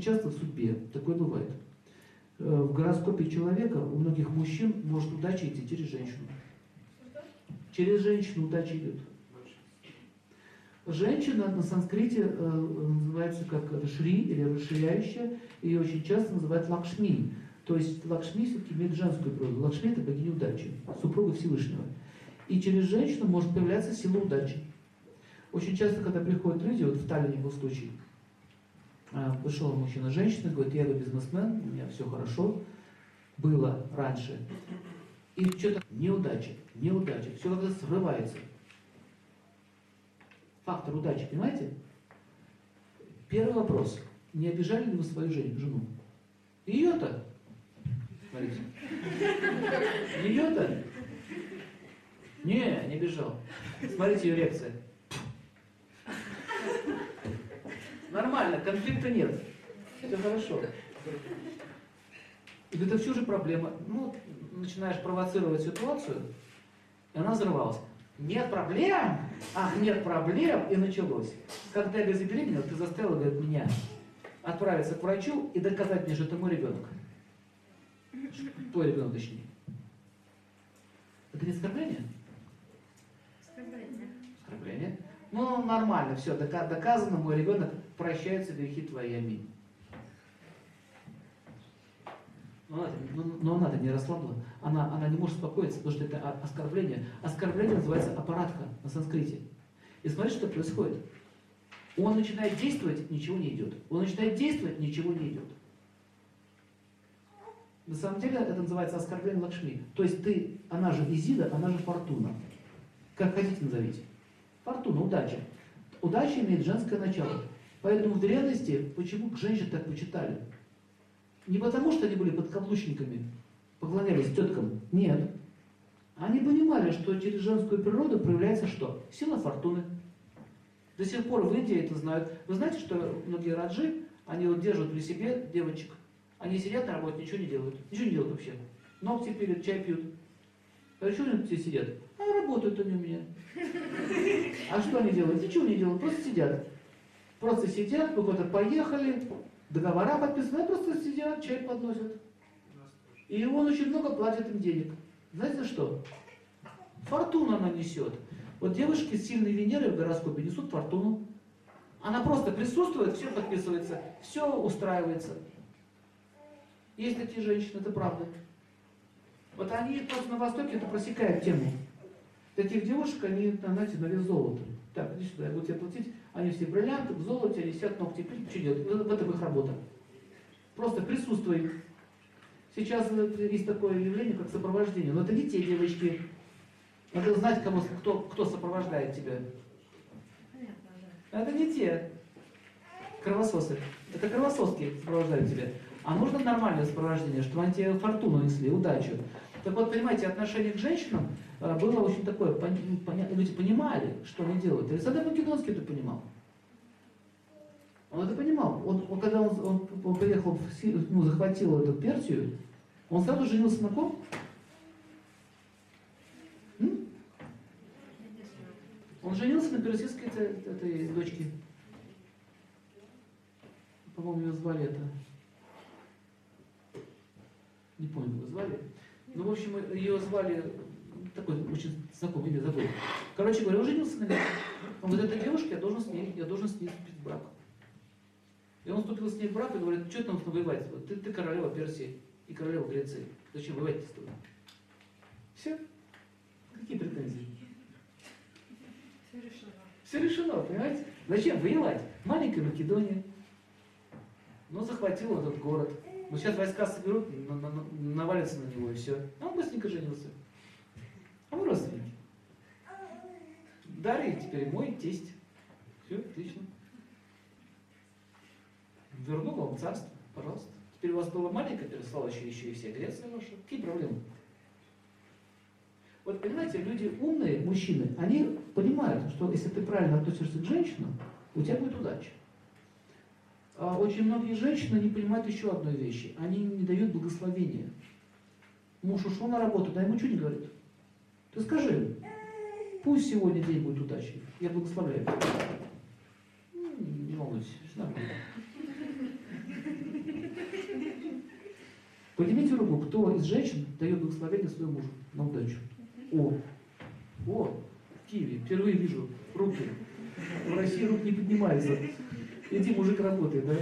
часто в судьбе такое бывает. В гороскопе человека у многих мужчин может удача идти через женщину. Через женщину удача идет. Женщина на санскрите называется как Шри или расширяющая, ее очень часто называют Лакшми. То есть Лакшми все-таки имеет женскую природу. Лакшми — это богиня удачи, супруга Всевышнего. И через женщину может появляться сила удачи. Очень часто, когда приходят люди, вот в Таллине был случай, пришел мужчина-женщина, говорит: я бизнесмен, у меня все хорошо, было раньше. И что-то неудача, все как-то срывается. Фактор удачи, понимаете? Первый вопрос. Не обижали ли вы свою жену? Ее-то? Смотрите. Ее-то? Не обижал. Смотрите ее реакция. Нормально, конфликта нет. Все хорошо. И это все же проблема. Ну, начинаешь провоцировать ситуацию, и она взорвалась. Нет проблем? Ах, нет проблем. И началось. Когда я забеременела, ты заставила, говорит, меня отправиться к врачу и доказать мне, что это мой ребенок. Твой ребенок, точнее. Это не оскорбление? Оскорбление. Ну, нормально, все, доказано, мой ребенок, прощаются грехи твои, аминь. Но она-то не расслабла, она не может успокоиться, потому что это оскорбление. Оскорбление называется аппаратха на санскрите. И смотрите, что происходит. Он начинает действовать, ничего не идет. Он начинает действовать, ничего не идет. На самом деле это называется оскорбление Лакшми. То есть ты, она же Изида, она же Фортуна. Как хотите назовите. Фортуна, удача. Удача имеет женское начало. Поэтому в древности, почему женщин так почитали? Не потому, что они были подкаблучниками, поклонялись теткам. Нет. Они понимали, что через женскую природу проявляется что? Сила фортуны. До сих пор в Индии это знают. Вы знаете, что многие раджи, они вот держат при себе девочек. Они сидят на работе, ничего не делают. Ничего не делают вообще. Ногти пилят, чай пьют. А что они здесь сидят? А работают они у меня. А что они делают? Ничего не делают, просто сидят. Просто сидят, мы куда-то поехали, договора подписаны, просто сидят, чай подносят. И он очень много платит им денег. Знаете за что? Фортуну она несет. Вот девушки с сильной Венерой в гороскопе несут фортуну. Она просто присутствует, все подписывается, все устраивается. Есть такие женщины, это правда. Вот они просто на Востоке это просекают тему. Таких девушек, они, знаете, на вес золота. Так, иди сюда, я буду тебе платить. Они все бриллианты, в золоте, они сидят, ногти пилят, что делать? В этом их работа. Просто присутствуй. Сейчас есть такое явление, как сопровождение. Но это не те девочки. Надо знать, кто сопровождает тебя. Это не те кровососы. Это кровососки сопровождают тебя. А нужно нормальное сопровождение, чтобы они тебе фортуну несли, удачу. Так вот, понимаете, отношение к женщинам было очень такое, люди понимали, что они делают. Александр Македонский это понимал. Он это понимал. Когда он приехал, захватил эту Персию, он сразу женился на ком? Он женился на персидской этой дочке. По-моему, ее звали это. Не помню, как ее звали. Ну, в общем, ее звали, такой очень знакомый, имя забыл. Короче говоря, он женился на ней. Он говорит, эта девушка, я должен с ней вступить в брак. И он вступил с ней в брак и говорит, что там нужно воевать? Ты королева Персии и королева Греции. Зачем воевать с тобой? Все. Какие претензии? Все решено. Все решено, понимаете? Зачем воевать? Маленькая Македония. Ну, захватил этот город. Ну, сейчас войска соберут, навалятся на него и все. А он быстренько женился. А мы родственники. Дарья теперь мой тесть. Все, отлично. Верну вам царство, пожалуйста. Теперь у вас было маленькое, теперь стало еще и вся Греция ваша. Какие проблемы? Вот понимаете, люди умные, мужчины, они понимают, что если ты правильно относишься к женщинам, у тебя будет удача. А очень многие женщины не понимают еще одной вещи. Они не дают благословения. Муж ушел на работу, да ему что не говорит? Ты скажи, пусть сегодня день будет удачный, я благословляю. Не волнуйся, все нормально. Поднимите руку, кто из женщин дает благословение своему мужу на удачу. О, в Киеве, впервые вижу руки. В России рук не поднимается. Иди, мужик работает, да?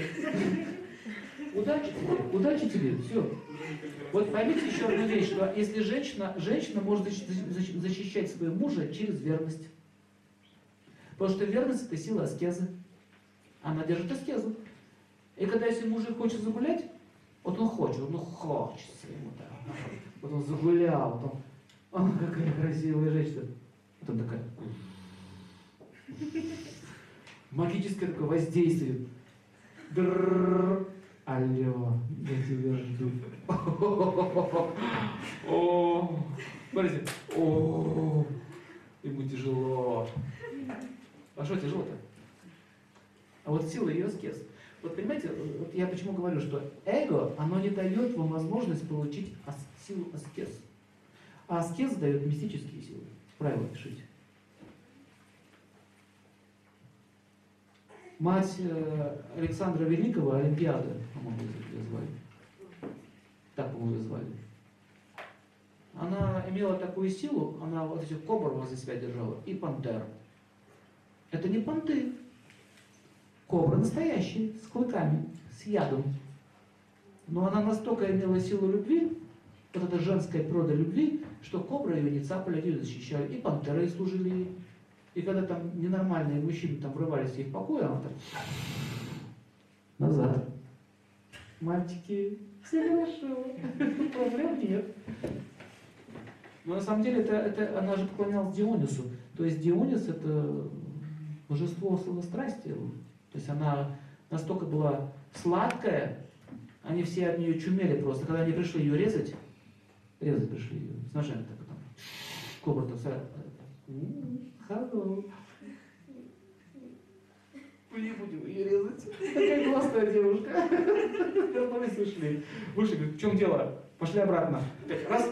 Удачи тебе, все. Вот поймите еще одну вещь, что если женщина может защищать своего мужа через верность. Потому что верность это сила аскезы. Она держит аскезу. И когда если мужик хочет загулять, вот он хочется ему, да. Вот он загулял, вот он, какая красивая женщина. Вот он такая. Магическое такое воздействие. Алло, я тебя жду. Смотрите. Ему тяжело. А что тяжело-то? А вот сила ее аскез. Вот понимаете, вот я почему говорю, что эго, оно не дает вам возможность получить силу аскез. А аскез дает мистические силы. Правила пишите. Мать Александра Великого, Олимпиада, по-моему, ее звали. Так, по-моему, ее звали. Она имела такую силу, она вот этих кобр возле себя держала, и пантер. Это не понты. Кобры настоящие, с клыками, с ядом. Но она настолько имела силу любви, вот эта женская природа любви, что кобры ее не цапали, ее защищали, и пантеры служили ей. И когда там ненормальные мужчины там врывались в их покой, она так назад. Мальчики, все хорошо, проблем нет. Но на самом деле это она же поклонялась Дионису. То есть Дионис это божество сладострастия. То есть она настолько была сладкая, они все от нее чумели просто. Когда они пришли ее резать пришли ее с ножами так потом. Кобра-то вся. Hello. Мы не будем ее резать. Такая классная девушка. Терпались ушли. Вышли, говорят, в чем дело? Пошли обратно. Раз.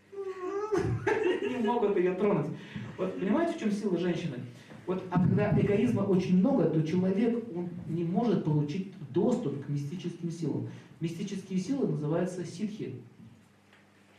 Не могут ее тронуть. Вот понимаете, в чем сила женщины? Вот, а когда эгоизма очень много, то человек он не может получить доступ к мистическим силам. Мистические силы называются ситхи.